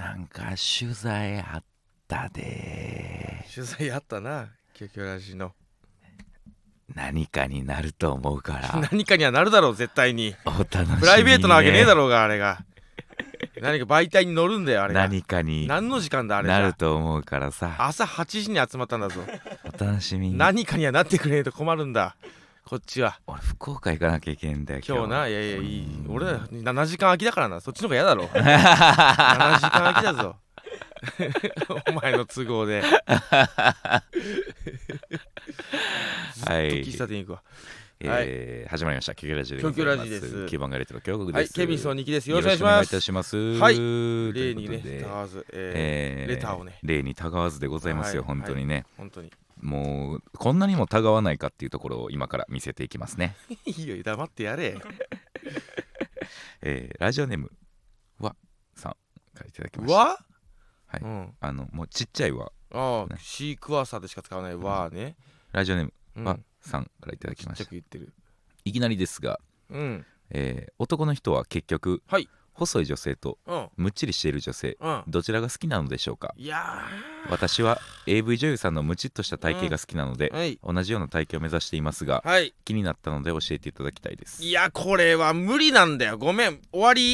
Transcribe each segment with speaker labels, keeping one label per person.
Speaker 1: なんか取材あったで。
Speaker 2: 取材あったな、キョキョラジの。
Speaker 1: 何かになると思うから
Speaker 2: 何かにはなるだろう絶対に。
Speaker 1: お楽しみにね。
Speaker 2: プライベートなわけねえだろうがあれが。何か媒体に乗るんだよあれが。
Speaker 1: 何かに
Speaker 2: 何の時間だあれじゃ。
Speaker 1: なると思うからさ、
Speaker 2: 朝8時に集まったんだぞ。
Speaker 1: お楽しみに。
Speaker 2: 何かにはなってくれないと困るんだこっちは。
Speaker 1: 俺福岡行かなきゃいけんだよ
Speaker 2: 今日な。いやいやいい。
Speaker 1: うん
Speaker 2: 俺ら7時間空きだからな。そっちの方が嫌だろ。7時間空きだぞ。お前の都合で。
Speaker 1: は
Speaker 2: ずっと喫茶店行くわ。
Speaker 1: 始まりましたキョキョラジで
Speaker 2: キョキョ
Speaker 1: ございます。
Speaker 2: ラジです。
Speaker 1: 基盤がレトロ京極です。
Speaker 2: はい、ケビンソンニキです。よ
Speaker 1: よ
Speaker 2: ろしくお願いします。
Speaker 1: ろしくお願いいたします。
Speaker 2: はい
Speaker 1: という
Speaker 2: 例にね
Speaker 1: ことで
Speaker 2: たがわず、レターをね。
Speaker 1: 例にたがわずでございますよ、
Speaker 2: はい
Speaker 1: 本当にね、
Speaker 2: 本当に。
Speaker 1: もうこんなにもたがわないかっていうところを今から見せていきますね。
Speaker 2: いいよ黙ってやれ。
Speaker 1: ラジオネームわさんからいただきました。
Speaker 2: わ、
Speaker 1: はい
Speaker 2: うん、
Speaker 1: もうちっちゃいわ、
Speaker 2: ああ、
Speaker 1: ね
Speaker 2: シークワーサーでしか使わないわね。
Speaker 1: ラジオネーム
Speaker 2: うん、
Speaker 1: わさんからいただき
Speaker 2: ちっちゃ
Speaker 1: ました。
Speaker 2: く言ってる。
Speaker 1: いきなりですが、
Speaker 2: うん
Speaker 1: 男の人は結局、
Speaker 2: はい
Speaker 1: 細い女性と
Speaker 2: うん
Speaker 1: むっちりしている女性、
Speaker 2: うん。
Speaker 1: どちらが好きなのでしょうか。
Speaker 2: いや
Speaker 1: 私は AV 女優さんのムチっとした体型が好きなので、
Speaker 2: はい
Speaker 1: 同じような体型を目指していますが、
Speaker 2: はい。
Speaker 1: 気になったので教えていただきたいです。
Speaker 2: いやこれは無理なんだよ。ごめん終わり。い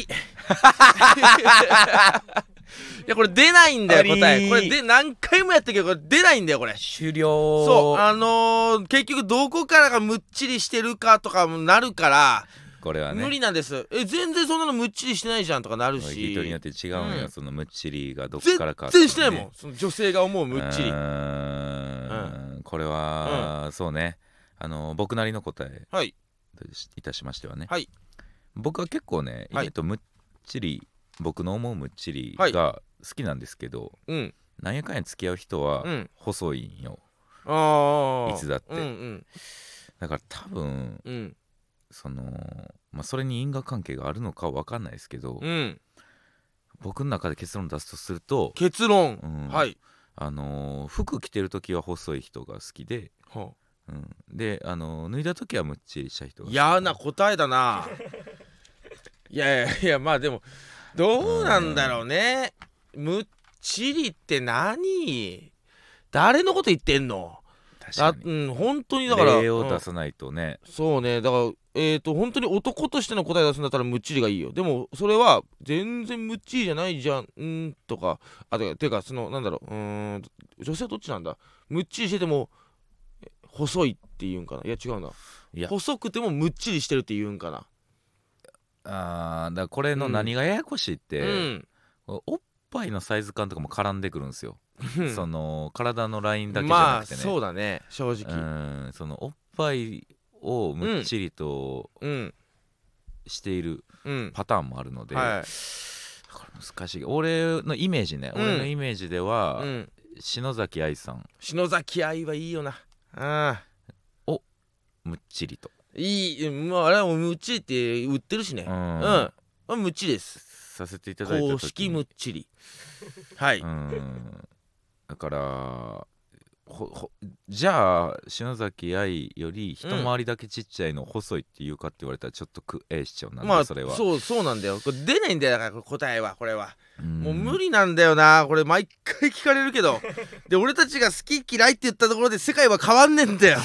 Speaker 2: やこれ出ないんだよ
Speaker 1: 終わり
Speaker 2: 答え。これで何回もやったけどこれ出ないんだよこれ。
Speaker 1: 終了。
Speaker 2: そう結局どこからがむっちりしてるかとかもなるから
Speaker 1: これはね
Speaker 2: 無理なんです。全然そんなのむっちりしてないじゃんとかなるし、
Speaker 1: 人によって違うんよ、
Speaker 2: うん
Speaker 1: そのむっちりがどっ
Speaker 2: 全
Speaker 1: からか、
Speaker 2: 然してないもんその女性が思うむっちり。
Speaker 1: これは、そうね、僕なりの答え
Speaker 2: はい
Speaker 1: いたしましてはね、
Speaker 2: はい
Speaker 1: 僕は結構ね、
Speaker 2: はい
Speaker 1: 意外とむっちり、僕の思うむっちり
Speaker 2: はい
Speaker 1: が好きなんですけど、
Speaker 2: うん
Speaker 1: なんやかんや付き合う人は
Speaker 2: うん
Speaker 1: 細いんよ。
Speaker 2: ああ
Speaker 1: いつだって
Speaker 2: うん
Speaker 1: だから多分
Speaker 2: うん
Speaker 1: それに因果関係があるのかは分かんないですけど、
Speaker 2: うん
Speaker 1: 僕の中で結論出すとすると、
Speaker 2: 結論、
Speaker 1: うん
Speaker 2: はい
Speaker 1: 服着てる時は細い人が好きで、
Speaker 2: は
Speaker 1: で脱いだ時はむっちりした人が好き。
Speaker 2: 嫌な答えだな。いやいやいやまあでもどうなんだろうね。むっちりって何？誰のこと言ってんの？
Speaker 1: 確かに
Speaker 2: 本当にだから
Speaker 1: 例を出さないとね、
Speaker 2: そうねだから本当に男としての答え出すんだったらむっちりがいいよ。でもそれは全然むっちりじゃないじゃんとかていうかなんだろう女性はどっちなんだ。むっちりしてても細いって言うんかな。いや違うんだ。
Speaker 1: いや
Speaker 2: 細くてもむっちりしてるって言うんかな。
Speaker 1: だからこれの何がややこしいって、
Speaker 2: うん
Speaker 1: おっぱいのサイズ感とかも絡んでくるんですよ。
Speaker 2: うん
Speaker 1: その体のラインだけじゃ
Speaker 2: まあ
Speaker 1: なくてね、
Speaker 2: そうだね正直
Speaker 1: そのおっぱいをむっちりと
Speaker 2: うん
Speaker 1: している
Speaker 2: うん
Speaker 1: パターンもあるので、
Speaker 2: はい
Speaker 1: これ難しい。俺のイメージね、俺のイメージでは、
Speaker 2: うん
Speaker 1: 篠崎愛さん
Speaker 2: 篠崎愛はいいよな。あ
Speaker 1: むっちりと、
Speaker 2: いいまああれはもうむっちりって売ってるしね。むっちりです。
Speaker 1: させていただいた時に
Speaker 2: 公式むっちりはい
Speaker 1: だからじゃあ篠崎愛より一回りだけちっちゃいの細いっていうかって言われたらちょっとしちゃうなんで、
Speaker 2: まあ
Speaker 1: それは
Speaker 2: そうなんだよ。これ出ないんだよだから答えはこれはもう無
Speaker 1: 理。
Speaker 2: 理なんだよな。これ毎回聞かれるけどで俺たちが好き嫌いって言ったところで世界は変わんねえんだよ。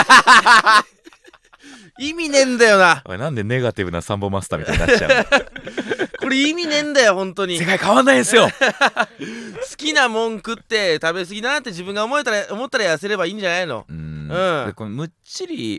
Speaker 2: 意味ねえんだよな。
Speaker 1: おいなんでネガティブなサンボマスターみたいになっちゃうの
Speaker 2: これ意味ねえんだよ本当に。
Speaker 1: 世界変わんないんですよ
Speaker 2: 好きなもん食って食べ過ぎだなって自分が思ったら痩せればいいんじゃないの。
Speaker 1: でこのむっちり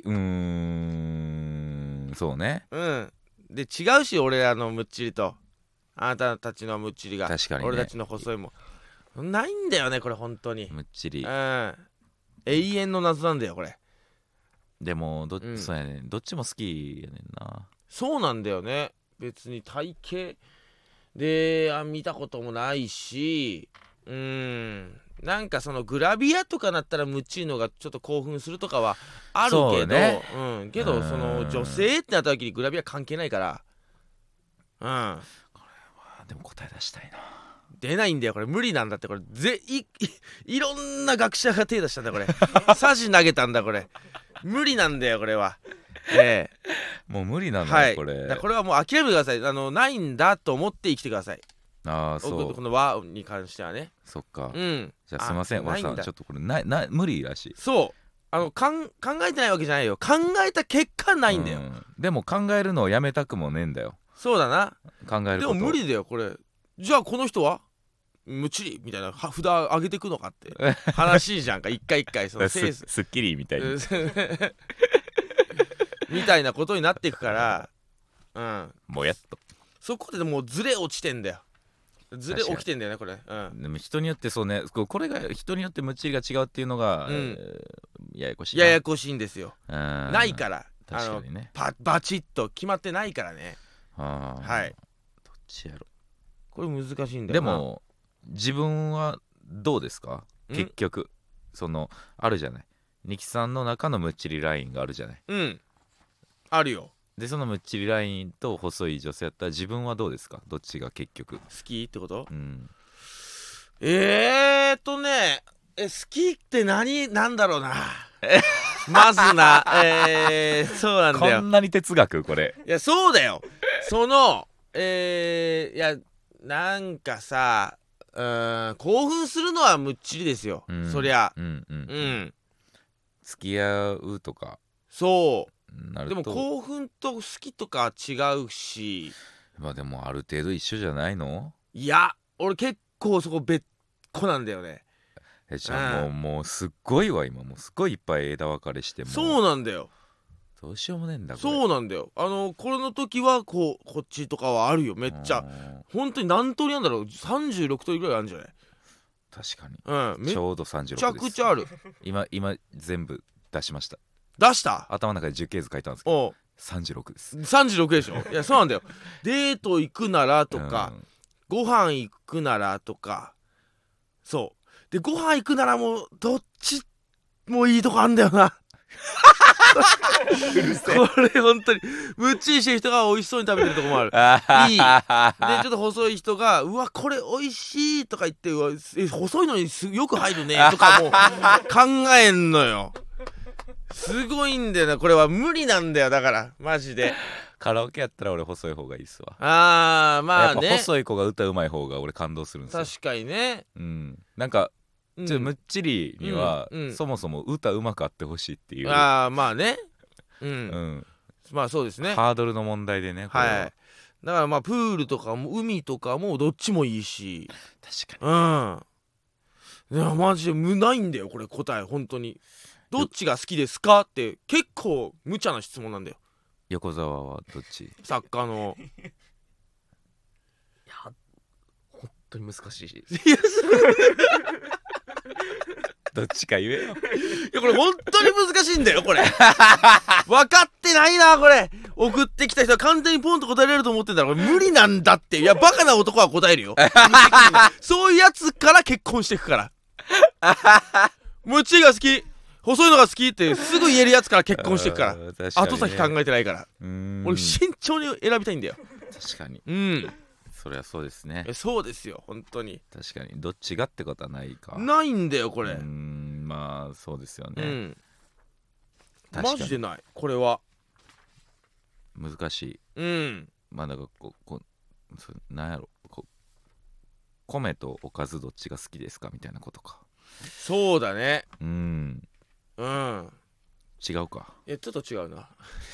Speaker 1: そうね、
Speaker 2: で違うし俺らのむっちりとあなたたちのむっちりが
Speaker 1: 確かにね、
Speaker 2: 俺たちの細いもないんだよねこれ本当に。
Speaker 1: むっちり
Speaker 2: 永遠の謎なんだよこれ。
Speaker 1: でもそうやね、どっちも好きやねんな。
Speaker 2: そうなんだよね。別に体型で見たこともないしなんかそのグラビアとかなったらむっちりのがちょっと興奮するとかはあるけど、
Speaker 1: ね
Speaker 2: けどその女性ってなった時にグラビア関係ないから
Speaker 1: でも答え出したいな。
Speaker 2: 出ないんだよこれ。無理なんだってこれ。いろんな学者が手出したんだこれ。サジ投げたんだこれ。無理なんだよこれは。
Speaker 1: もう無理なのよ、
Speaker 2: はい
Speaker 1: これ。
Speaker 2: だからこれはもう諦めてください。ないんだと思って生きてください。 こ
Speaker 1: ああそう
Speaker 2: の和に関してはね。
Speaker 1: そっか、
Speaker 2: うん
Speaker 1: じゃあすいません和さ
Speaker 2: ないんだ。
Speaker 1: んちょっとこれ無理らしい。
Speaker 2: そう考えてないわけじゃないよ、考えた結果ないんだよ、
Speaker 1: でも考えるのをやめたくもねえんだよ。
Speaker 2: そうだな。
Speaker 1: 考えること
Speaker 2: でも無理だよこれ。じゃあこの人はむちりみたいな札上げてくのかって話じゃんか一回一回そのセース
Speaker 1: すっきりみたいに
Speaker 2: みたいなことになっていくから、
Speaker 1: もやっと。
Speaker 2: そこでもうズレ落ちてんだよ。ズレ起きてんだよねこれ。
Speaker 1: でも人によってそうね、これが人によってむっちりが違うっていうのが、ややこしいな。
Speaker 2: ややこしいんですよ。ないから
Speaker 1: 確かにね。
Speaker 2: バチッと決まってないからね。はい
Speaker 1: どっちやろ。
Speaker 2: これ難しいんだよな。
Speaker 1: でも自分はどうですか結局。そのあるじゃない、ニキさんの中のむっちりラインがあるじゃない。
Speaker 2: あるよ。
Speaker 1: でそのむっちりラインと細い女性やったら自分はどうですか、どっちが結局
Speaker 2: 好きってこと？好きってなんだろうなまずなそうなんだよ。
Speaker 1: こんなに哲学これ。
Speaker 2: いやそうだよ。いやなんかさ、興奮するのはむっちりですよ、そりゃ。
Speaker 1: 付き合うとか
Speaker 2: そう
Speaker 1: なると。
Speaker 2: でも興奮と好きとか違うし。
Speaker 1: まあでもある程度一緒じゃないの？
Speaker 2: いや俺結構そこ別個なんだよね。
Speaker 1: じゃあもうすっごいわ、今もうすっごいいっぱい枝分かれしても
Speaker 2: そうなんだよ。
Speaker 1: どうしようもねえんだこれ。
Speaker 2: そうなんだよ。これの時はこっちとかはあるよめっちゃ。本当に何通りなんだろう、36通りぐらいあるんじゃない？
Speaker 1: 確かに、ちょうど36です。
Speaker 2: めちゃくちゃある。
Speaker 1: 今全部出しました。
Speaker 2: 出した？
Speaker 1: 頭の中で10ケース書いたんですけど36です。
Speaker 2: 36でしょ。いやそうなんだよ。デート行くならとか、ご飯行くならとか。そうでご飯行くならもうどっちもいいとこあんだよなこれ本当にむっちりしてる人が美味しそうに食べてるとこもあるいいでちょっと細い人がうわこれ美味しいとか言ってうわ細いのによく入るねとかも考えんのよ。すごいんだよなこれは。無理なんだよだからマジで。
Speaker 1: カラオケやったら俺細い方がいいっすわ。
Speaker 2: まあね、
Speaker 1: やっぱ細い子が歌うまい方が俺感動するんですよ。
Speaker 2: 確かにね。
Speaker 1: なんかちょっとむっちりには、そもそも歌うまくあってほしいっていう。
Speaker 2: まあね。まあそうですね。
Speaker 1: ハードルの問題でねこれは。
Speaker 2: だからまあプールとかも海とかもどっちもいいし。
Speaker 1: 確か
Speaker 2: に。いやマジでないんだよこれ答え本当に。どっちが好きですかって結構無茶な質問なんだよ。
Speaker 1: 横澤はどっち？
Speaker 2: 作家の。
Speaker 3: いや本当に難しい。
Speaker 1: どっちか言えよ。
Speaker 2: いやこれ本当に難しいんだよこれ分かってないなこれ。送ってきた人は簡単にポンと答えられると思ってんだろ。これ無理なんだって。いやバカな男は答えるよそういうやつから結婚していくからむっちりが好き細いのが好きってすぐ言えるやつから結婚していくから後先考えてないから。俺慎重に選びたいんだよ。
Speaker 1: 確かに。
Speaker 2: うん
Speaker 1: そりゃそうですね。
Speaker 2: そうですよ本当に。
Speaker 1: 確かにどっちがってことはないか。
Speaker 2: ないんだよこれ。
Speaker 1: まあそうですよね。
Speaker 2: マジでないこれは。
Speaker 1: 難しい。まあなんかなんやろ米とおかずどっちが好きですかみたいなことか。
Speaker 2: そうだね。
Speaker 1: 違うか。
Speaker 2: いやちょっと違うな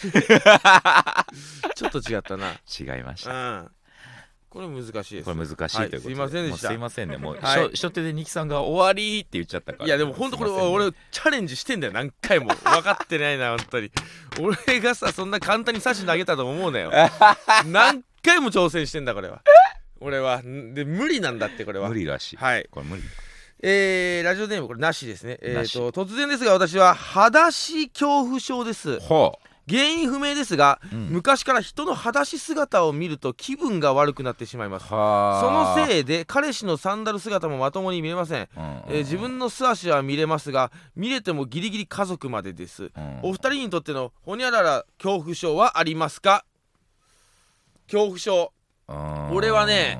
Speaker 2: ちょっと違ったな。
Speaker 1: 違いました。
Speaker 2: これ難しいです。
Speaker 1: これ難しいということで、
Speaker 2: すいませんでした。
Speaker 1: すいませんねもう、初手でニキさんが終わりって言っちゃったから。
Speaker 2: いやでも本当これ俺チャレンジしてんだよ何回も。分かってないな本当に。俺がさそんな簡単に差し投げたと思うなよ何回も挑戦してんだこれは。俺はで無理なんだってこれは。
Speaker 1: 無理らしい。これ無理。
Speaker 2: ラジオネームこれなしですね。突然ですが私は裸足恐怖症です。原因不明ですが、昔から人の裸足姿を見ると気分が悪くなってしまいます。そのせいで彼氏のサンダル姿もまともに見れません。自分の素足は見れますが見れてもギリギリ家族までです。お二人にとってのホニャララ恐怖症はありますか？恐怖症。俺はね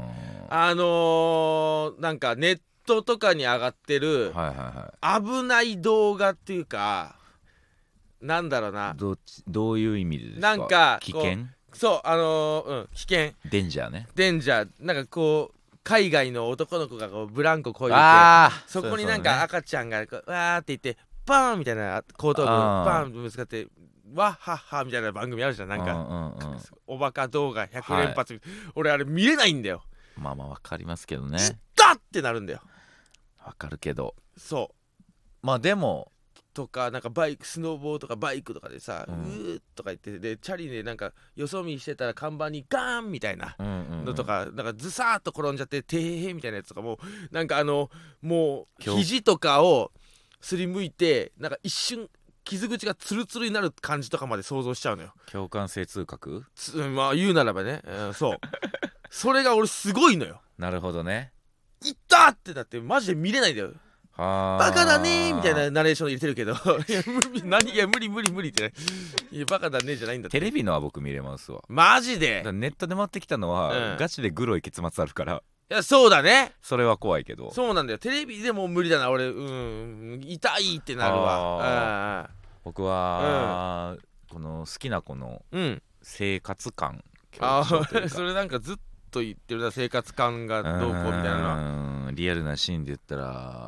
Speaker 2: なんかネットとかに上がってる危ない動画っていうかなんだろうな。
Speaker 1: どういう意味でですか？
Speaker 2: なんか
Speaker 1: 危険？
Speaker 2: そう危険
Speaker 1: デンジャーね。
Speaker 2: デンジャーなんかこう海外の男の子がこうブランコこいでてそこになんか赤ちゃんがこうわーって言ってバーンみたいな後頭部バーンぶつかってわっはっはみたいな番組あるじゃんなんかおバカ動画100連発、俺あれ見れないんだよ。
Speaker 1: まあまあわかりますけどね。
Speaker 2: いったってなるんだよ。
Speaker 1: わかるけど、
Speaker 2: そう
Speaker 1: まあでも
Speaker 2: とかなんかバイクスノーボーとかバイクとかでさ、
Speaker 1: う
Speaker 2: ーとか言ってでチャリでなんかよそ見してたら看板にガーンみたいなのとか、なんかズサーっと転んじゃっててへへみたいなやつとかもなんかもう肘とかをすりむいてなんか一瞬傷口がツルツルになる感じとかまで想像しちゃうのよ。
Speaker 1: 共感性痛覚
Speaker 2: まあ言うならばね、そうそれが俺すごいのよ。
Speaker 1: なるほどね。
Speaker 2: いったってだってマジで見れないんだよ。
Speaker 1: バ
Speaker 2: バカだねーみたいなナレーション入れてるけどいや無理っていやバカだねじゃないんだって。
Speaker 1: テレビのは僕見れますわ。
Speaker 2: マジで
Speaker 1: だからネットで回ってきたのは、ガチでグロい結末あるから
Speaker 2: いやそうだね。
Speaker 1: それは怖いけど。
Speaker 2: そうなんだよ。テレビでも無理だな俺。痛いってなるわ。
Speaker 1: 僕は、この好きな子の生活感
Speaker 2: それなんかずっと言ってるな。生活感がどうこうみたいなのは
Speaker 1: リアルなシーンで言ったら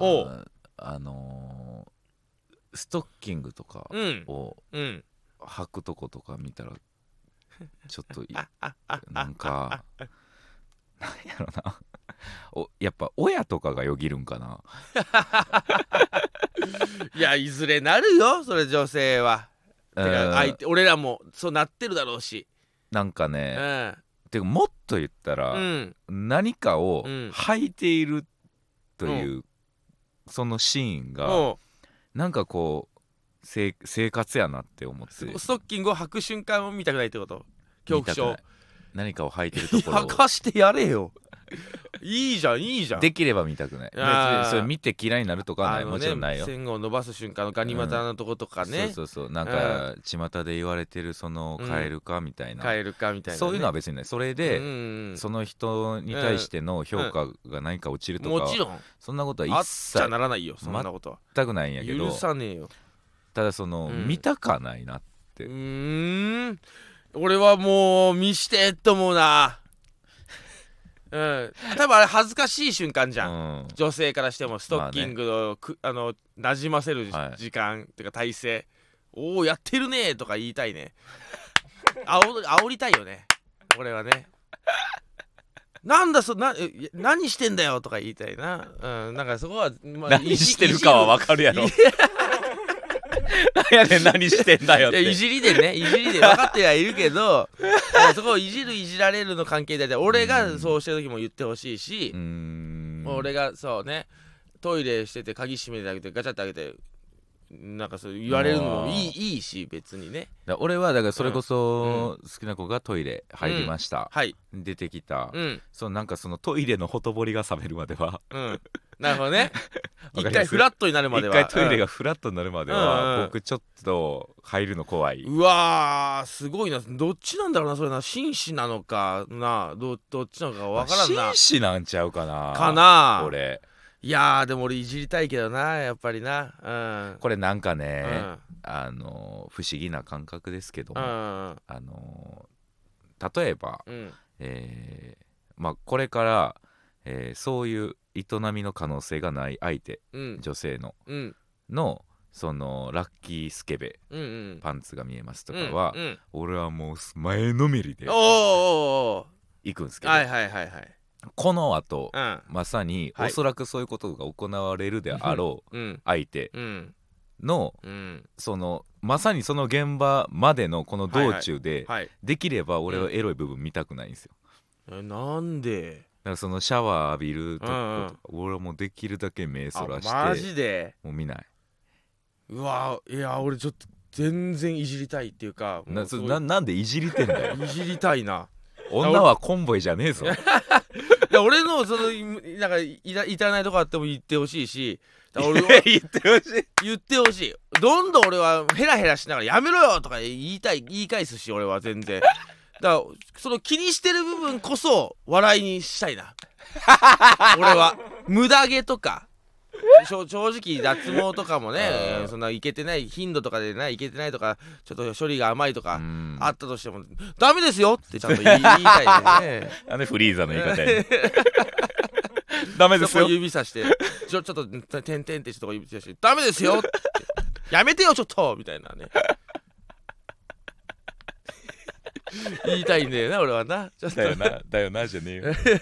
Speaker 1: ストッキングとかを履くとことか見たらちょっとなんかなんやろなやっぱ親とかがよぎるんかな。
Speaker 2: いやいずれなるよそれ女性は。てか俺らもそうなってるだろうし。
Speaker 1: なんかね、てかもっと言ったら、何かを履いているという、そのシーンがなんかこう生活やなって思って。
Speaker 2: ストッキングを履く瞬間を見たくないってこと？恐怖症。
Speaker 1: 何かを履いてるところを
Speaker 2: 履かしてやれよ。いいじゃん
Speaker 1: できれば見たくない。別にそれ見て嫌いになるとかはない、もちろんないよ。
Speaker 2: 線を伸ばす瞬間のガニ股のとことかね、
Speaker 1: そうなんか巷で言われてるそのカエルかみたいな、そういうのは別にない。それでその人に対しての評価が何か落ちるとか、
Speaker 2: もちろん
Speaker 1: そんなことは一切
Speaker 2: あっちゃならないよ。そんなことは
Speaker 1: 全くないんやけど、
Speaker 2: 許さねえよ。
Speaker 1: ただその見たかないなって。
Speaker 2: 俺はもう見してって思うな。多分あれ恥ずかしい瞬間じゃん、女性からしても。ストッキングをなじませる時間っていうか体勢、おおやってるねとか言いたいね。煽りたいよね俺はね。なんだ何してんだよとか言いたいな。なんかそこは、
Speaker 1: 何してるかはわかるやろ。何やねん何してんだよって。
Speaker 2: いじりで分かってはいるけどそこをいじられるの関係で俺がそうしてる時も言ってほしいし、俺がそうねトイレしてて鍵閉めてあげてガチャってあげてなんかそう言われるのもいいし別にね。
Speaker 1: 俺はだからそれこそ好きな子がトイレ入りました、出てきた、そうなんかそのトイレのほとぼりが冷めるまでは、
Speaker 2: なるほどね。一回フラットになるまでは、
Speaker 1: 一回トイレがフラットになるまでは、僕ちょっと入るの怖い。
Speaker 2: うわーすごいな。どっちなんだろうなそれな。紳士なのかなどっちなのか分からんな。
Speaker 1: 紳士なんちゃうかな俺。
Speaker 2: いやーでも俺いじりたいけどなやっぱりな。
Speaker 1: これなんかね、不思議な感覚ですけども、例えば、まあこれから、そういう営みの可能性がない相手、女性のそのラッキースケベ、パンツが見えますとかは、俺はもう前のめりで行くんですけど、この後、まさにおそらくそういうことが行われるであろう相手の、そのまさにその現場までのこの道中で、できれば俺はエロい部分見たくないんですよ。
Speaker 2: なんで？
Speaker 1: だからそのシャワー浴びるとことか、俺はもうできるだけ目そらして
Speaker 2: マジで
Speaker 1: もう見ない。
Speaker 2: うわいや俺ちょっと全然いじりたいっていうか
Speaker 1: なんでいじりてんだよ。
Speaker 2: いじりたいな。
Speaker 1: 女はコンボイじゃねえぞ。
Speaker 2: 俺のそのなんか至らないとこあっても言ってほしいし、俺は言ってほしい。どんどん俺はヘラヘラしながらやめろよとか言い返すし、俺は全然だからその気にしてる部分こそ笑いにしたいな。俺は無駄毛とか正直脱毛とかもねそんないけてない頻度とかでいけてないとかちょっと処理が甘いとかあったとしてもダメですよってちゃんと言いたいね。
Speaker 1: なんでフリーザの言い方やねん。 ダメですよ
Speaker 2: そこ指さしてちょっとてんてんってとこ指さしてダメですよってやめてよちょっとみたいなね言いたいんだよな俺はなちょっと
Speaker 1: だよなじゃねえよ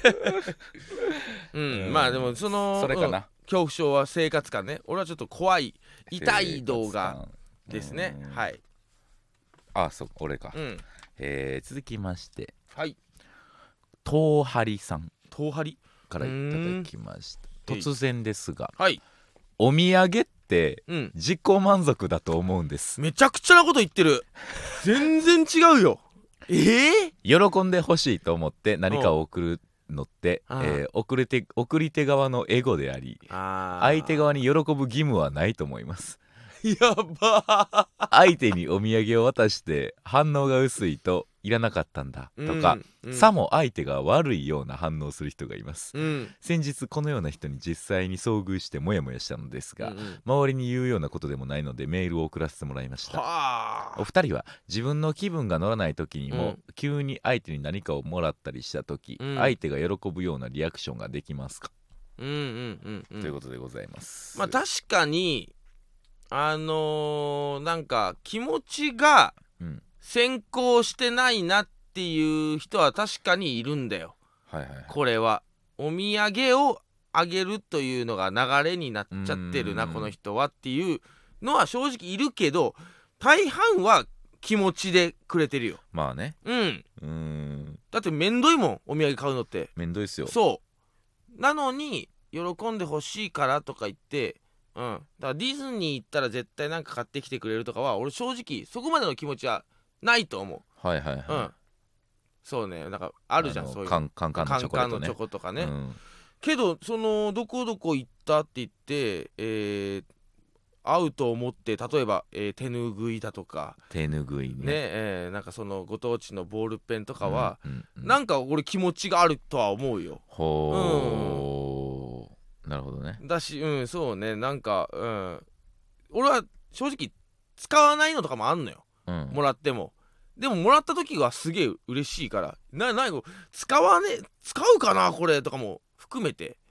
Speaker 2: まあでもそ
Speaker 1: れかな、
Speaker 2: 恐怖症は生活感ね。俺はちょっと怖い痛い動画ですね。はい。
Speaker 1: そう俺か。
Speaker 2: うん
Speaker 1: 続きまして
Speaker 2: はい。
Speaker 1: 東張さん
Speaker 2: 東張
Speaker 1: からいただきました。突然ですが、
Speaker 2: はい。
Speaker 1: お土産って自己満足だと思うんです。
Speaker 2: めちゃくちゃなこと言ってる。全然違うよ。
Speaker 1: 喜んでほしいと思って何かを送るのって、送り手側のエゴであり、相手側に喜ぶ義務はないと思います。
Speaker 2: やばー。
Speaker 1: 相手にお土産を渡して反応が薄いといらなかったんだとか、さも相手が悪いような反応する人がいます。先日このような人に実際に遭遇してモヤモヤしたのですが、周りに言うようなことでもないのでメールを送らせてもらいました。お二人は自分の気分が乗らない時にも、急に相手に何かをもらったりした時、相手が喜ぶようなリアクションができますか？ということでございます。
Speaker 2: まあ確かになんか気持ちが先行してないなっていう人は確かにいるんだよ。これはお土産をあげるというのが流れになっちゃってるなこの人はっていうのは正直いるけど、大半は気持ちでくれてるよ。
Speaker 1: まあね。
Speaker 2: だってめんどいもん、お土産買うのって。
Speaker 1: めんどいっすよ。
Speaker 2: そうなのに喜んでほしいからとか言ってだからディズニー行ったら絶対なんか買ってきてくれるとかは俺正直そこまでの気持ちはないと思う。そうね、なんかあるじゃん、そういう
Speaker 1: カンカンのチョコレートね、
Speaker 2: カンカンのチョコとかね、けどそのどこどこ行ったって言って会うと思って例えば、手拭いだとか
Speaker 1: 手拭いね、
Speaker 2: なんかそのご当地のボールペンとかは、なんか俺気持ちがあるとは思うよ。
Speaker 1: なるほどね。
Speaker 2: だしそうね、なんか俺は正直使わないのとかもあんのよ、もらっても。でももらった時はすげえ嬉しいから、使うかなこれとかも含めて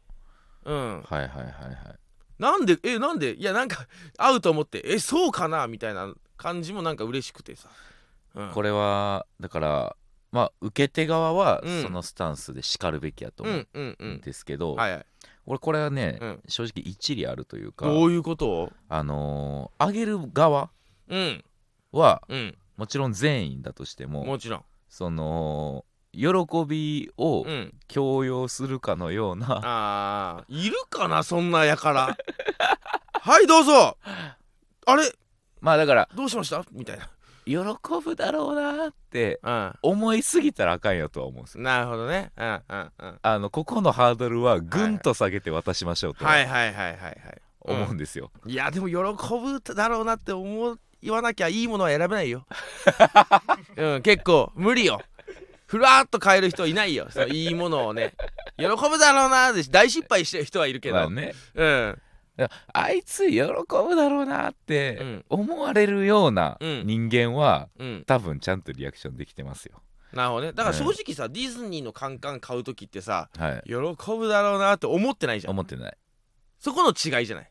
Speaker 2: なんでいやなんか合うと思ってそうかなみたいな感じもなんか嬉しくてさ、
Speaker 1: これはだからまあ受け手側はそのスタンスでしかるべきやと思うんですけど、俺これはね、正直一理あるというか。
Speaker 2: どういうこと？
Speaker 1: あげる側は、もちろん善意だとしても、
Speaker 2: もちろん
Speaker 1: その喜びを強要するかのような、
Speaker 2: いるかなそんなやからはいどうぞあれ
Speaker 1: まあだから
Speaker 2: どうしましたみたいな、
Speaker 1: 喜ぶだろうなって思いすぎたらあかんよとは思うんですよ。
Speaker 2: なるほどね。
Speaker 1: ここのハードルはぐんと下げて渡しましょうと思うんですよ。
Speaker 2: いやでも喜ぶだろうなって言わなきゃいいものは選べないよ結構無理よ。ふらっと買える人いないよ、そのいいものをね。喜ぶだろうなって大失敗してる人はいるけど、
Speaker 1: まあね、あいつ喜ぶだろうなって思われるような人間は、多分ちゃんとリアクションできてますよ。
Speaker 2: なるほどね。だから正直さ、ディズニーのカンカン買う時ってさ、喜ぶだろうなって思ってないじゃん。
Speaker 1: 思ってない。
Speaker 2: そこの違いじゃない。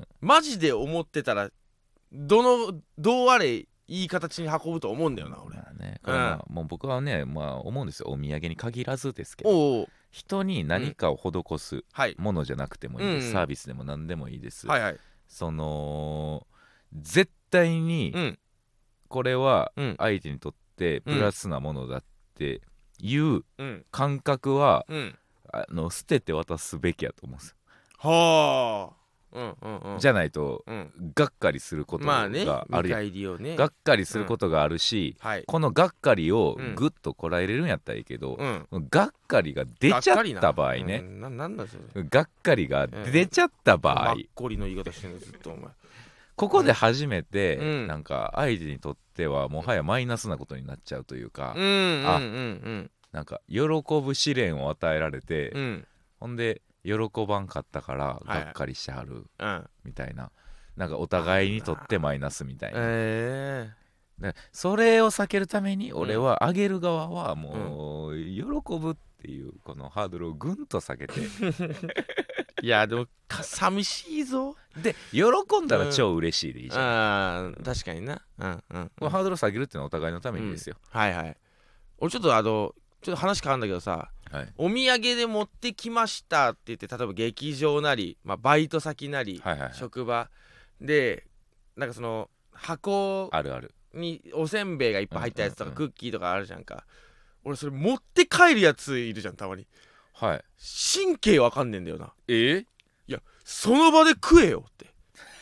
Speaker 2: マジで思ってたらどうあれいい形に運ぶと思うんだよな俺。
Speaker 1: もう僕はね、思うんですよ。お土産に限らずですけど、人に何かを施すものじゃなくてもいいです。サービスでも何でもいいです。その絶対にこれは相手にとってプラスなものだっていう感覚は捨てて渡すべきやと思うんですよ。じゃないとがっかりすることがあるやん。がっかりすることがあるし、このがっかりをぐっとこらえれるんやったらいいけど、がっかりが出ちゃった場合ね、がっかりが出ちゃった場合、ここで初めてなんか相手にとってはもはやマイナスなことになっちゃうというか、なんか喜ぶ試練を与えられて、ほんで喜ばんかったからがっかりしてはるみたいな、なんかお互いにとってマイナスみたいな、それを避けるために俺はあげる側はもう喜ぶってっていうこのハードルをぐんと下げて
Speaker 2: いやでも寂しいぞ。
Speaker 1: で喜んだら超嬉しいでいいじゃん、
Speaker 2: 確かにな。
Speaker 1: このハードルを下げるっていうのはお互いのためにですよ、
Speaker 2: はいはい。俺ちょっと話変わるんだけどさ、お土産で持ってきましたって言って、例えば劇場なり、バイト先なり、職場でなんかその箱
Speaker 1: あるある
Speaker 2: におせんべいがいっぱい入ったやつとか、クッキーとかあるじゃんか。俺それ持って帰るやついるじゃん、たまに。神経わかんねえんだよな。いやその場で食えよって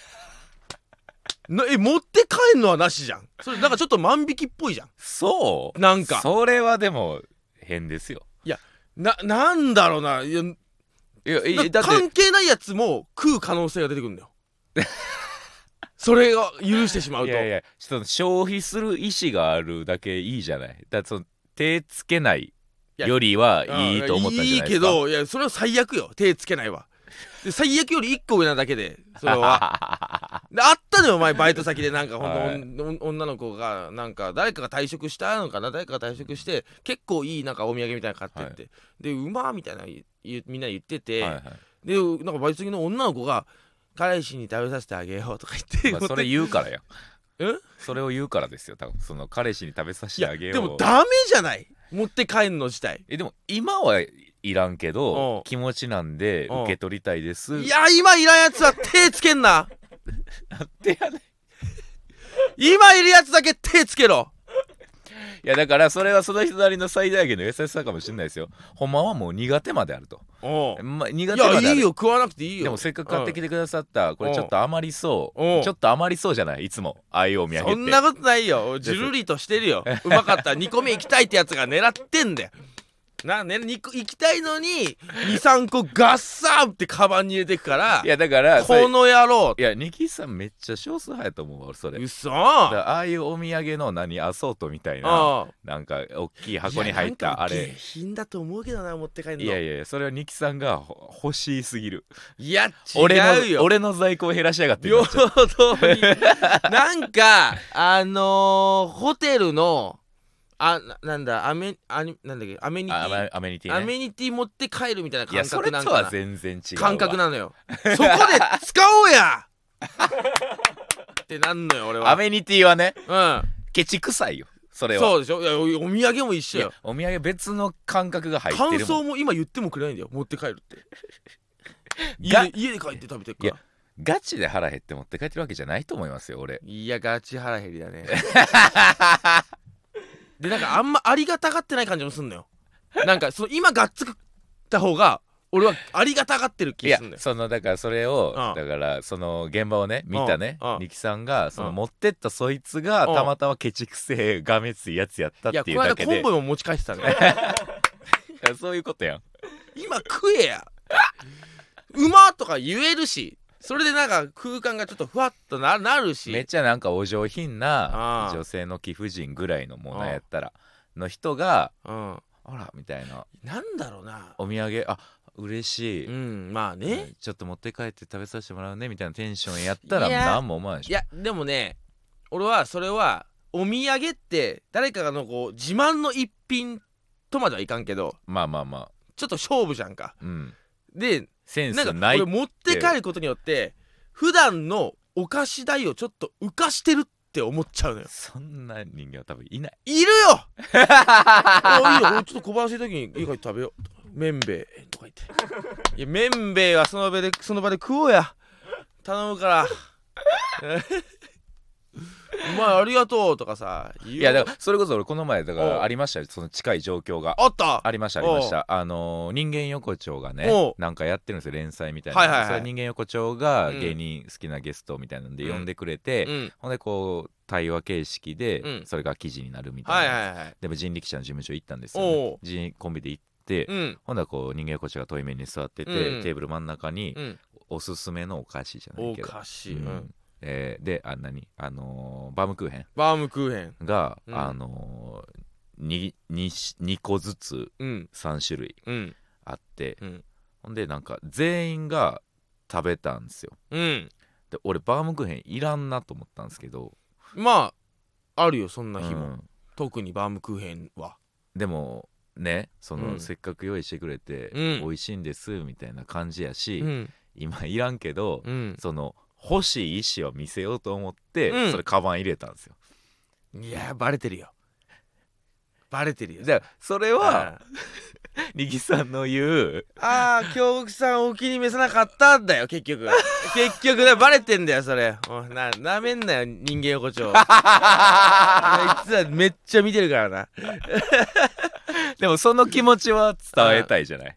Speaker 2: 持って帰んのはなしじゃん。それなんかちょっと万引きっぽいじゃん。
Speaker 1: そう
Speaker 2: なんか
Speaker 1: それはでも変ですよ。
Speaker 2: いやなんだろうな。いや
Speaker 1: だって
Speaker 2: 関係ないやつも食う可能性が出てくるんだよそれを許してしまうと。
Speaker 1: いやちょっと消費する意思があるだけいいじゃない。だってその手つけないよりはいいと思ったんじゃないですか。
Speaker 2: いいけど、いやそれは最悪よ。手つけないわ。で最悪より1個上なだけで、それはであったのよ、前バイト先でなんか女の子がなんか誰かが退職したのかな、誰かが退職して結構いいなんかお土産みたいなの買ってって、でうまーみたいなみんな言ってて、でなんかバイト先の女の子が彼氏に食べさせてあげようとか言って、
Speaker 1: それ言うからやそれを言うからですよ、多分その彼氏に食べさせてあげよう。
Speaker 2: でもダメじゃない、持って帰んの自体。
Speaker 1: でも今はいらんけど気持ちなんで受け取りたいです。
Speaker 2: いや今いらんやつは手つけんな
Speaker 1: 手やね
Speaker 2: 今いるやつだけ手つけろ。
Speaker 1: いやだからそれはその人なりの最大限の優しさかもしれないですよ。ほんまはもう苦手まであると。苦手まである。
Speaker 2: いやいいよ、食わなくていいよ。
Speaker 1: でもせっかく買ってきてくださったこれちょっと余りそうちょっと余りそうじゃない、いつもああいうお土産って。
Speaker 2: そんなことないよ、ジュルリとしてるようまかったら2個目行きたいってやつが狙ってんだよ行きたいのに 2,3 個ガッサーってカバンに入れてくから。
Speaker 1: いやだから
Speaker 2: この野郎。
Speaker 1: いやニキさんめっちゃ少数派やと思うわそれ。
Speaker 2: 嘘。
Speaker 1: ああいうお土産のアソートみたいななんか大きい箱に入ったあれ
Speaker 2: 下品だと思うけどな、持って帰るの。
Speaker 1: いやそれはニキさんが欲しすぎる。
Speaker 2: いや違うよ、
Speaker 1: 俺の在庫を減らしやがって
Speaker 2: 平等になんかホテルのなんだアメニティ持って帰るみたいな感覚なんかな。
Speaker 1: いやそれとは全然違うわ
Speaker 2: 感覚なのよそこで使おうやってなんのよ俺は。
Speaker 1: アメニティはねケチくさいよそれは。
Speaker 2: そうでしょ。いやお土産も一緒よ。
Speaker 1: お土産別の感覚が入ってるもん。
Speaker 2: 感想も今言ってもくれないんだよ、持って帰るって家で帰って食べてるから。
Speaker 1: ガチで腹減って持って帰ってるわけじゃないと思いますよ俺。
Speaker 2: いやガチ腹減りだねでなんかあんまありがたがってない感じもすんのよ。なんかその今がっつくった方が俺はありがたがってる気がするんだよ。
Speaker 1: だからそれをだからその現場をね見たねニキさんがその持ってったそいつがたまたまケチくせえがめついやつやったっていうだけで。
Speaker 2: いやこの間コンボイも持ち帰ってたね
Speaker 1: そういうことやん。
Speaker 2: 今食えやうまーとか言えるし、それでなんか空間がちょっとふわっとなるし。
Speaker 1: めっちゃなんかお上品な女性の貴婦人ぐらいのものやったらの人があらみたいな、
Speaker 2: なんだろうな、
Speaker 1: お土産嬉しい、
Speaker 2: まあね、
Speaker 1: ちょっと持って帰って食べさせてもらうねみたいなテンションやったら何も思わないでしょ。
Speaker 2: いやでもね、俺はそれはお土産って誰かのこう自慢の一品とまではいかんけど、
Speaker 1: まあ
Speaker 2: ちょっと勝負じゃんか、で
Speaker 1: センスない
Speaker 2: なんか俺持って帰ることによって普段のお菓子代をちょっと浮かしてるって思っちゃうのよ。
Speaker 1: そんな人間は多分いない。
Speaker 2: いるよいいよ、俺ちょっと小腹空いた時に家帰って食べよう、めんべいとか言って、いやめんべいはその場で食おうや、頼むからお前ありがとうとかさ。
Speaker 1: いやだからそれこそ俺この前だからありましたよ、その近い状況がありました。人間横丁がねなんかやってるんですよ、連載みたいな。それ人間横丁が芸人好きなゲストみたいなんで呼んでくれて、ほんでこう対話形式でそれが記事になるみたいな。でも人力車の事務所行ったんですよ、コンビで行って、ほんでこう人間横丁が遠い面に座ってて、テーブル真ん中におすすめのお菓子じゃないけど、
Speaker 2: お菓子、
Speaker 1: でバームクーヘンが、2個ずつ3種類あって、ほんでなんか全員が食べたんですよ、で俺バームクーヘンいらんなと思ったんですけど、
Speaker 2: まああるよそんな日も、特にバームクーヘンは。
Speaker 1: でもねその、
Speaker 2: うん
Speaker 1: せっかく用意してくれて、
Speaker 2: うん
Speaker 1: 美味しいんですみたいな感じやし、
Speaker 2: うん
Speaker 1: 今いらんけど、
Speaker 2: うん
Speaker 1: その欲しい意思を見せようと思って、
Speaker 2: うん
Speaker 1: それカバン入れたんですよ。
Speaker 2: いやバレてるよバレてるよ。
Speaker 1: じゃあそれは力さんの言う
Speaker 2: 京極さんお気に召さなかったんだよ結局ねバレてんだよそれ。なめんなよ人間横丁あいつらめっちゃ見てるからな。
Speaker 1: でもその気持ちは伝えたいじゃない。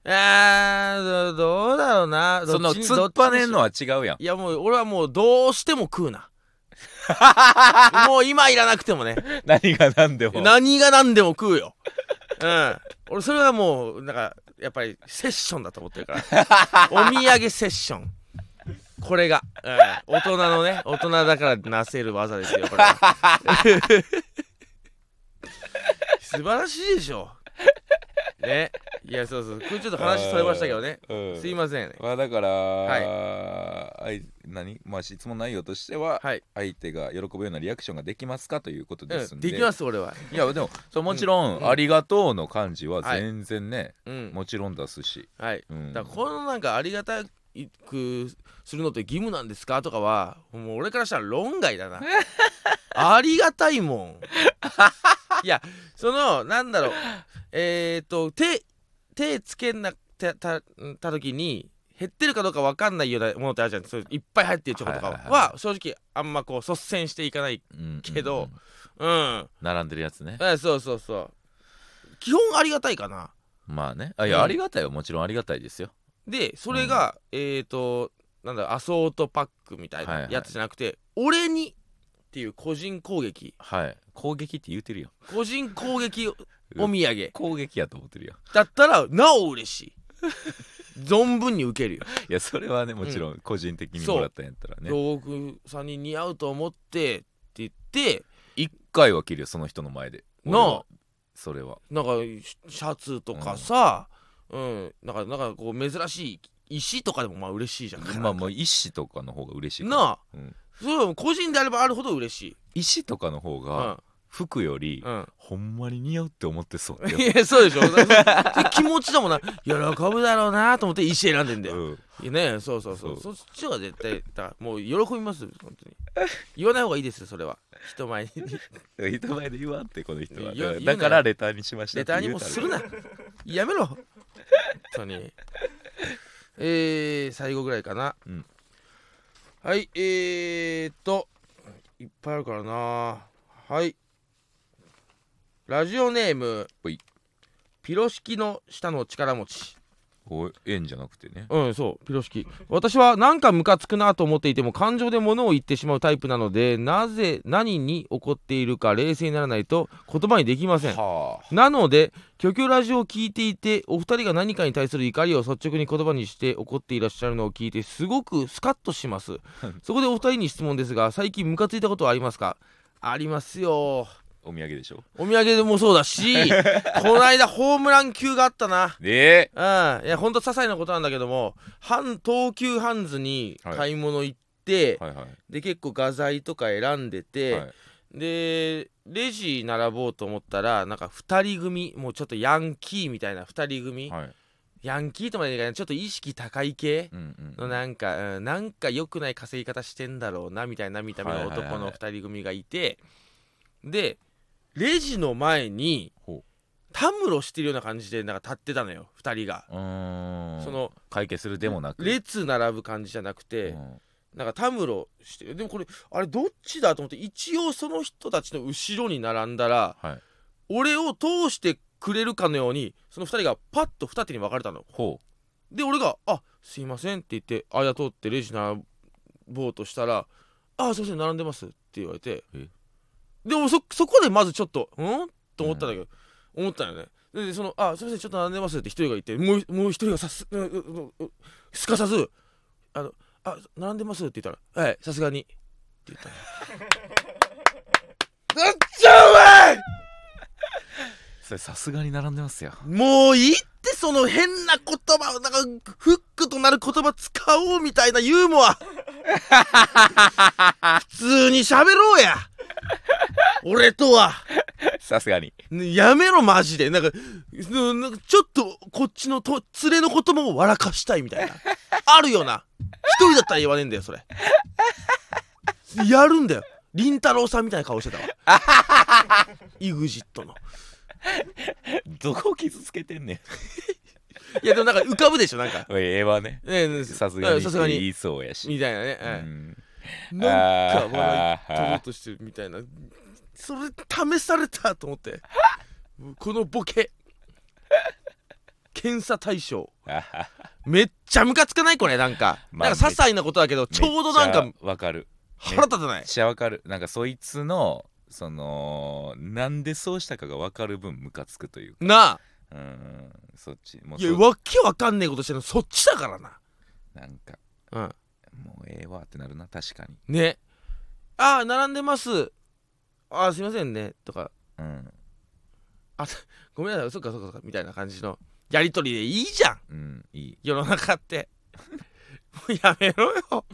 Speaker 2: どうだろうな。
Speaker 1: その突っぱねんのは違うやん。
Speaker 2: いやもう俺はもうどうしても食うなもう今いらなくてもね
Speaker 1: 何が何でも
Speaker 2: 何が何でも食うよ。俺それはもうなんかやっぱりセッションだと思ってるからお土産セッションこれが、大人のね大人だからなせる技ですよこれは素晴らしいでしょね。いやそうこれちょっと話それましたけどね、すいません。
Speaker 1: まあだから、まあ質問内容としては、相手が喜ぶようなリアクションができますかということですんで、
Speaker 2: できます俺は。
Speaker 1: いやでももちろん、ありがとうの感じは全然ね、もちろん出すし、
Speaker 2: だからこのなんかありがたくするのって義務なんですかとかはもう俺からしたら論外だなありがたいもんいやそのなんだろう手つけなた時に減ってるかどうか分かんないようなものってあるじゃん。それいっぱい入ってるチョコとかは正直あんまこう率先していかないけど、
Speaker 1: 並んでるやつね。
Speaker 2: そう基本ありがたいかな。
Speaker 1: まあね、いや、ありがたいよ、もちろんありがたいですよ。
Speaker 2: でそれが、なんだアソートパックみたいなやつじゃなくて、俺にっていう個人攻撃。
Speaker 1: 攻撃って言うてるよ。
Speaker 2: 個人攻撃お土産
Speaker 1: 攻撃やと思ってるよ。
Speaker 2: だったらなお嬉しい存分に受けるよ。
Speaker 1: いやそれはねもちろん個人的にもらったんやったらね、
Speaker 2: 京極さんに似合うと思ってって言って
Speaker 1: 1回は着るよその人の前でそれは
Speaker 2: なんかシャツとかさ、なんかこう珍しい石とかでもまあ嬉しいじゃん。
Speaker 1: まあもう石とかの方が嬉しい
Speaker 2: なあ、それは個人であればあるほど嬉しい。
Speaker 1: 石とかの方が、服より、ほんまに似合うって思ってそう。
Speaker 2: いやそうでしょ気持ちだもんな。喜ぶだろうなと思って石選んでんだよ、ね。そうそっちは絶対だもう喜びます本当に。言わない方がいいですよそれは。人前
Speaker 1: で言わんってこの人は。だからレターにしました。
Speaker 2: レターにもするなやめろ本当に。最後ぐらいかな。はい、いっぱいあるからな。ラジオネームピロシキの下の力持ち。
Speaker 1: 円じゃなくてね。
Speaker 2: そうピロシキ。私はなんかムカつくなと思っていても感情で物を言ってしまうタイプなので、なぜ何に怒っているか冷静にならないと言葉にできません。なのでキョキョラジオを聞いていてお二人が何かに対する怒りを率直に言葉にして怒っていらっしゃるのを聞いてすごくスカッとしますそこでお二人に質問ですが、最近ムカついたことはありますか？ありますよ。
Speaker 1: お土産でしょ。
Speaker 2: お土産でもそうだしこの間ホームラン級があったな。いやほんと些細なことなんだけども、東急ハンズに買い物行って、で結構画材とか選んでて、でレジ並ぼうと思ったらなんか2人組、もうちょっとヤンキーみたいな2人組、ヤンキーとまでいかないちょっと意識高い系のなんか良くない稼ぎ方してんだろうなみたいな見た目の男の2人組がいて、でレジの前にたむろしてるような感じでなんか立ってたのよ2人が。その
Speaker 1: 会計するでもなく
Speaker 2: 列並ぶ感じじゃなくて、なんかたむろしてる。でもこれあれどっちだと思って一応その人たちの後ろに並んだら、俺を通してくれるかのようにその2人がパッと二手に分かれたの。で俺が「あすいません」って言って間通ってレジ並ぼうとしたら「あすいません並んでます」って言われて、でもそこでまずちょっとと思ったんだけど、思ったよね。でその「あすいませんちょっと並んでます」って一人がいて、もう一人がすかさず「並んでます」って言ったら「はいさすがに」って言ったの。なっちゃうわい
Speaker 1: それさすがに並んでますよ。
Speaker 2: もういいってその変な言葉、なんかフックとなる言葉使おうみたいなユーモア普通に喋ろうや俺とは。
Speaker 1: さすがに
Speaker 2: やめろマジで。なんかちょっとこっちの連れのことも笑かしたいみたいなあるよな。一人だったら言わねえんだよそれ。やるんだよ。りんたろーさんみたいな顔してたわEXIT の。
Speaker 1: どこ傷つけてんね
Speaker 2: いやでもなんか浮かぶでしょなんか。
Speaker 1: ええわね。さすがに言いそうやし。
Speaker 2: みたいなね。なんか笑い取ろうとしてるみたいな。それ試されたと思って。このボケ。検査対象。めっちゃムカつかないこれなんか。なんか些細なことだけどちょうどなんか
Speaker 1: わかる。
Speaker 2: 腹立たない。
Speaker 1: めっちゃわかる。なんかそいつのそのなんでそうしたかがわかる分ムカつくというか。
Speaker 2: なあ。
Speaker 1: そっちもう
Speaker 2: いやわけわかんねえことしてるのそっちだからな。
Speaker 1: なんかもうええわってなるな確かに
Speaker 2: ね。ああ並んでます。ああすいませんねとか。あごめんなさいそっかそっかそっかみたいな感じのやりとりでいいじゃん。
Speaker 1: いい
Speaker 2: 世の中ってもうやめろよ。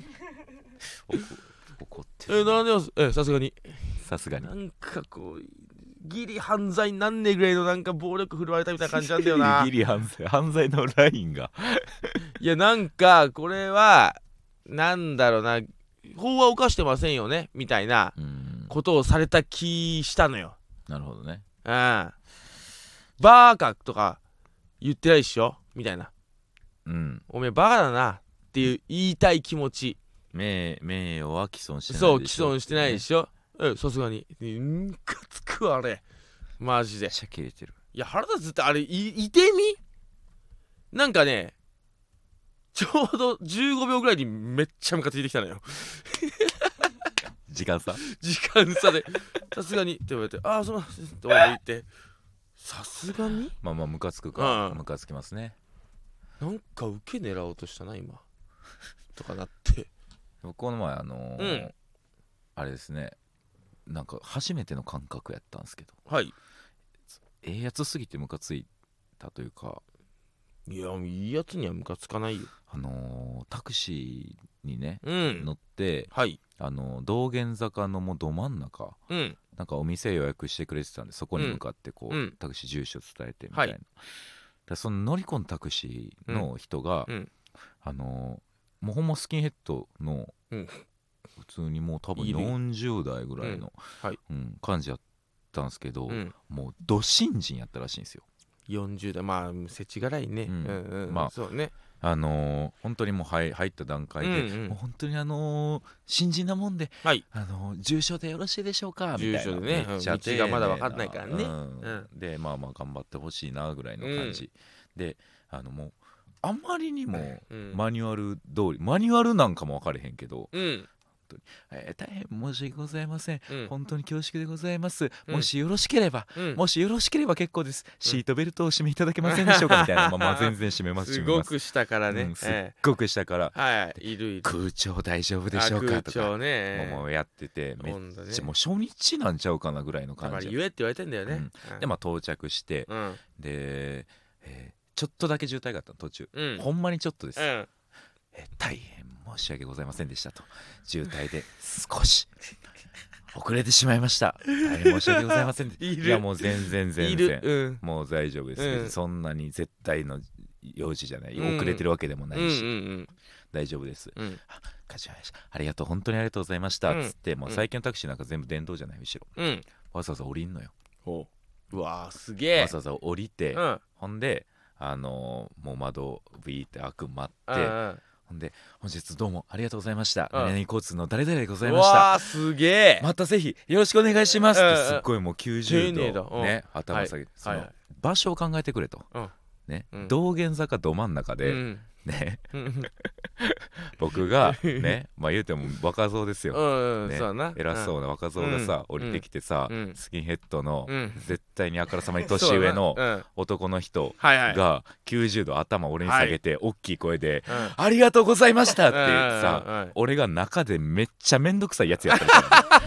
Speaker 1: 怒ってる。
Speaker 2: 並んでます。さすがに
Speaker 1: なん
Speaker 2: かこうギリ犯罪なんねえぐらいのなんか暴力振るわれたみたいな感じなんだよな。
Speaker 1: ギリ犯罪のラインが
Speaker 2: いやなんかこれはなんだろうな法は犯してませんよねみたいなことをされた気したのよ。
Speaker 1: なるほどね。
Speaker 2: バーカとか言ってないっしょみたいな。おめえバカだなっていう言いたい気持ち。
Speaker 1: 名誉は毀損してないでしょ。
Speaker 2: そう毀損してないでしょ。さすがにムカつくわあれマジで。めっ
Speaker 1: ちゃキレてる。
Speaker 2: いや腹立つってあれいてみなんかねちょうど15秒ぐらいにめっちゃムカついてきたのよ
Speaker 1: 時間差
Speaker 2: でさすがにって言われてああそうなんですって言ってさすがに
Speaker 1: まあムカつくかムカつきますね。
Speaker 2: なんか受け狙おうとしたな今とかなって
Speaker 1: この前あれですねなんか初めての感覚やったんですけどやつすぎてムカついたというか。
Speaker 2: いやいいやつにはムカつかないよ。
Speaker 1: タクシーにね乗って道玄坂のもうど真ん中なんかお店予約してくれてたんでそこに向かってこうタクシー住所伝えてみたいな。その乗り込んだタクシーの人がもうほんまスキンヘッドの普通にもう多分40代ぐらいの感じやったんですけどもうド新人やったらしいんですよ。
Speaker 2: 40代まあ世知辛いね。まあそうね。
Speaker 1: 本当にもう入った段階でもう本当に新人なもんで住所でよろしいでしょうかみたいな。
Speaker 2: 住所でね道がまだ分かんないからね。
Speaker 1: でまあ頑張ってほしいなぐらいの感じでもうあまりにもマニュアル通りマニュアルなんかも分かれへんけど大変申し訳ございません、本当に恐縮でございます、もしよろしければ結構です、シートベルトを締めいただけませんでしょうかみたいな。まあ全然締めます
Speaker 2: すごく下からね、
Speaker 1: すっごく下から
Speaker 2: いる
Speaker 1: 空調大丈夫でしょうかとかもうやっててめっちゃもう初日なんちゃうかなぐらいの感じ。
Speaker 2: 言えって言われてんだよね。
Speaker 1: でまあ到着してでちょっとだけ渋滞があったの途中、ほんまにちょっとです、大変申し訳ございませんでしたと。渋滞で少し遅れてしまいました、大変申し訳ございませんいやもう全然もう大丈夫です、そんなに絶対の用事じゃない、遅れてるわけでもないし、大丈夫です、ありがとう本当にありがとうございましたつって、もう最近のタクシーなんか全部電動じゃない後ろ、わざわざ降りんのよ。
Speaker 2: うわすげえ。
Speaker 1: わざわざ降りて、ほんでもう窓ビーって開く待って、ほんで本日どうもありがとうございました、何々交通の誰々でございました、
Speaker 2: わーすげえ、
Speaker 1: またぜひよろしくお願いしますってすっごいもう90度ね頭下げて、その場所を考えてくれとね、道玄坂ど真ん中でね僕がねまあ言うても若造ですよ、偉そうな若造がさ降りてきてさ、スキンヘッドの絶対にあからさまに年上の男の人が90度頭俺に下げて大きい声で「ありがとうございました」ってさ、俺が中でめっちゃめんどくさいやつやったみたいな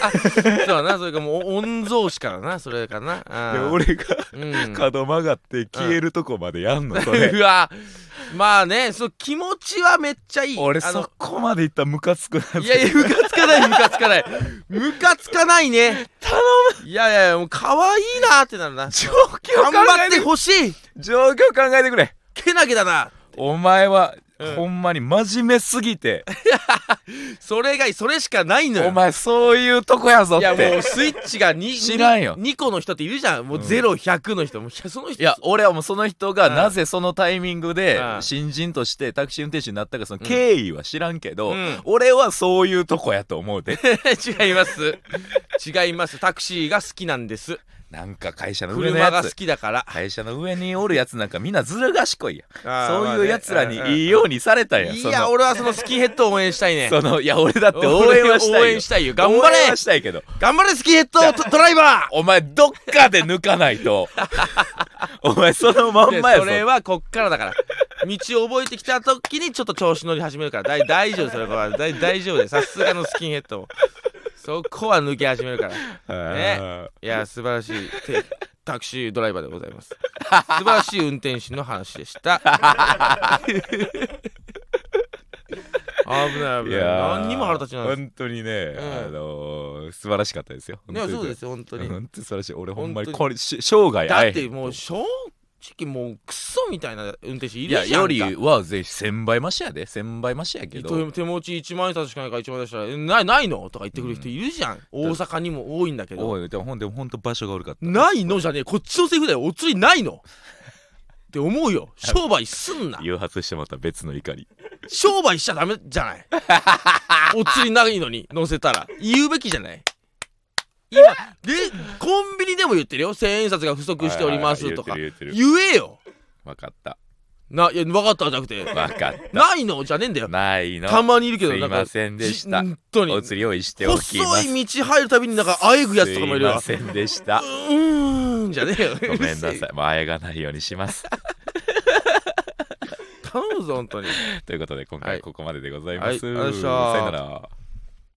Speaker 2: そうな、それかもう御曹司からな、それかな。
Speaker 1: 俺が角曲がって消えるとこまでやんのそれ。
Speaker 2: うわ、まあね、そう気持ちはめっちゃいい。
Speaker 1: 俺そこまでいったらムカつくな。
Speaker 2: いやいや、ムカつかないムカつかないムカつかないね。頼む。いやいや、もう可愛いなってなるな。
Speaker 1: 状況考
Speaker 2: 頑張って
Speaker 1: えて
Speaker 2: ほしい。
Speaker 1: 状況考えてくれ。
Speaker 2: けなげだな。
Speaker 1: お前はほんまに真面目すぎて、
Speaker 2: それがそれしかないのよ。
Speaker 1: お前そういうとこやぞって。
Speaker 2: いやもうスイッチが
Speaker 1: 知らんよ。
Speaker 2: 2個の人っているじゃん。もう0、100の人。もうその人。
Speaker 1: いや俺はもうその人がなぜそのタイミングで新人としてタクシー運転手になったか、その経緯は知らんけど、俺はそういうとこやと思うで。
Speaker 2: 違います違います。タクシーが好きなんです。
Speaker 1: なんか会社の上のやつ、
Speaker 2: 車が好きだから。
Speaker 1: 会社の上におるやつなんかみんなずる賢いやん。そういうやつらにいいようにされたんや。
Speaker 2: いや俺はそのスキンヘッドを応援したいね。
Speaker 1: いや俺だって応援はしたいよ。
Speaker 2: 応援したいよ。頑張れ。
Speaker 1: 応援はしたいけど、
Speaker 2: 頑張れスキンヘッドドライバー。
Speaker 1: お前どっかで抜かないとお前そのまんまやぞ。
Speaker 2: それはこっからだから。道を覚えてきた時にちょっと調子乗り始めるから大丈夫。それは大丈夫で、さすがのスキンヘッドもそこは抜け始めるからね。いや素晴らしいタクシードライバーでございます。素晴らしい運転手の話でした危ない危ない。何にも腹立ちない。
Speaker 1: 本当にね、素晴らしかったですよ。
Speaker 2: いやそうですよ本当に。
Speaker 1: 本当に素晴らしい。俺ほんまにこれ生涯
Speaker 2: だってもう正直もうクソみたいな運転手いるじゃんか。
Speaker 1: いやよりはぜひ1000倍増しやで。1000倍増しやけど
Speaker 2: 手持ち1万円札しかないから1万円札したらないのとか言ってくる人いるじゃん。大阪にも多いんだけど。
Speaker 1: おいでもほんと場所が悪かった。
Speaker 2: ないのじゃねえ、こっちのセリフだよ。お釣りないのって思うよ。商売すんな。
Speaker 1: 誘発してまた別の怒り。
Speaker 2: 商売しちゃダメじゃないお釣りないのに乗せたら言うべきじゃない。今でコンビニでも言ってるよ。1000円札が不足しておりますとか言えよ。
Speaker 1: 分かった。
Speaker 2: いや分かったじゃなくて
Speaker 1: 分かった。
Speaker 2: ないのじゃねえんだよ。
Speaker 1: ないの。
Speaker 2: たまにいるけど、
Speaker 1: すいませんでした。
Speaker 2: 本当に
Speaker 1: お釣り用意しておきます。
Speaker 2: 細い道入るたびになんかあえぐやつとかもいるわ。
Speaker 1: すいませんでした。
Speaker 2: じゃねえよ。
Speaker 1: ごめんなさい。あえがないようにします
Speaker 2: 頼むぞ本当に。
Speaker 1: ということで今回ここまででございます。
Speaker 2: はい、
Speaker 1: さよなら。